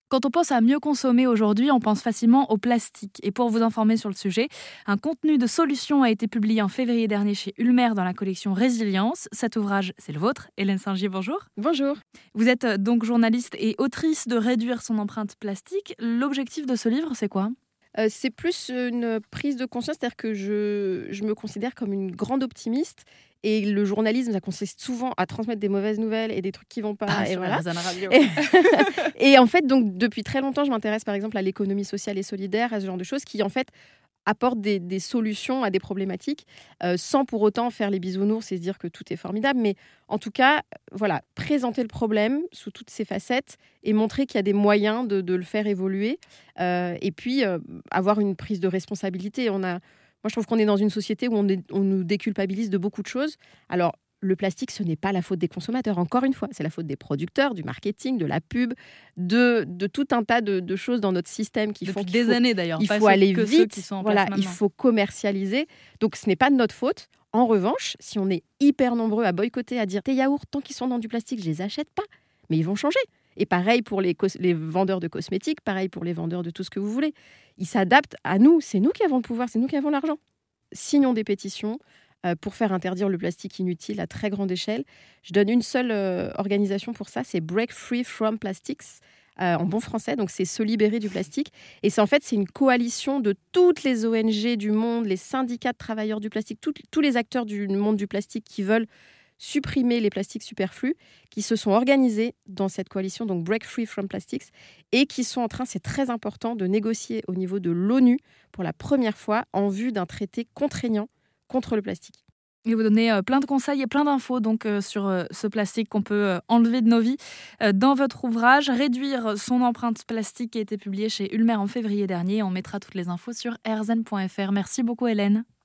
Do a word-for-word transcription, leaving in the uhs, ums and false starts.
Quand on pense à mieux consommer aujourd'hui, on pense facilement au plastique. Et pour vous informer sur le sujet, un contenu de solutions a été publié en février dernier chez Ulmer dans la collection Résilience. Cet ouvrage, c'est le vôtre. Hélène Singier, bonjour. Bonjour. Vous êtes donc journaliste et autrice de Réduire son empreinte plastique. L'objectif de ce livre, c'est quoi ? Euh, c'est plus une prise de conscience, c'est-à-dire que je, je me considère comme une grande optimiste. Et le journalisme, ça consiste souvent à transmettre des mauvaises nouvelles et des trucs qui vont pas. Ah, et sur voilà. la Radio. Et, et en fait, donc depuis très longtemps, je m'intéresse par exemple à l'économie sociale et solidaire, à ce genre de choses qui en fait apportent des, des solutions à des problématiques, euh, sans pour autant faire les bisounours et se dire que tout est formidable. Mais en tout cas, voilà, présenter le problème sous toutes ses facettes et montrer qu'il y a des moyens de, de le faire évoluer. Euh, et puis euh, avoir une prise de responsabilité. On a Moi, je trouve qu'on est dans une société où on, est, on nous déculpabilise de beaucoup de choses. Alors, le plastique, ce n'est pas la faute des consommateurs, encore une fois. C'est la faute des producteurs, du marketing, de la pub, de, de tout un tas de, de choses dans notre système qui Depuis font qu'il des faut, années d'ailleurs. il pas faut aller que vite, ceux qui sont en voilà, place il maintenant. faut commercialiser. Donc, ce n'est pas de notre faute. En revanche, si on est hyper nombreux à boycotter, à dire « tes yaourts, tant qu'ils sont dans du plastique, je les achète pas », mais ils vont changer. Et pareil pour les, cos- les vendeurs de cosmétiques, pareil pour les vendeurs de tout ce que vous voulez. Ils s'adaptent à nous. C'est nous qui avons le pouvoir, c'est nous qui avons l'argent. Signons des pétitions euh, pour faire interdire le plastique inutile à très grande échelle. Je donne une seule euh, organisation pour ça, c'est Break Free From Plastics, euh, en bon français, donc c'est se libérer du plastique. Et c'est en fait, c'est une coalition de toutes les O N G du monde, les syndicats de travailleurs du plastique, tout, tous les acteurs du monde du plastique qui veulent supprimer les plastiques superflus, qui se sont organisés dans cette coalition, donc Break Free From Plastics, et qui sont en train, c'est très important, de négocier au niveau de l'ONU pour la première fois en vue d'un traité contraignant contre le plastique. Et vous donnez euh, plein de conseils et plein d'infos donc, euh, sur euh, ce plastique qu'on peut euh, enlever de nos vies. Euh, dans votre ouvrage, Réduire son empreinte plastique, qui a été publié chez Ulmer en février dernier. On mettra toutes les infos sur r zen point f r. Merci beaucoup Hélène.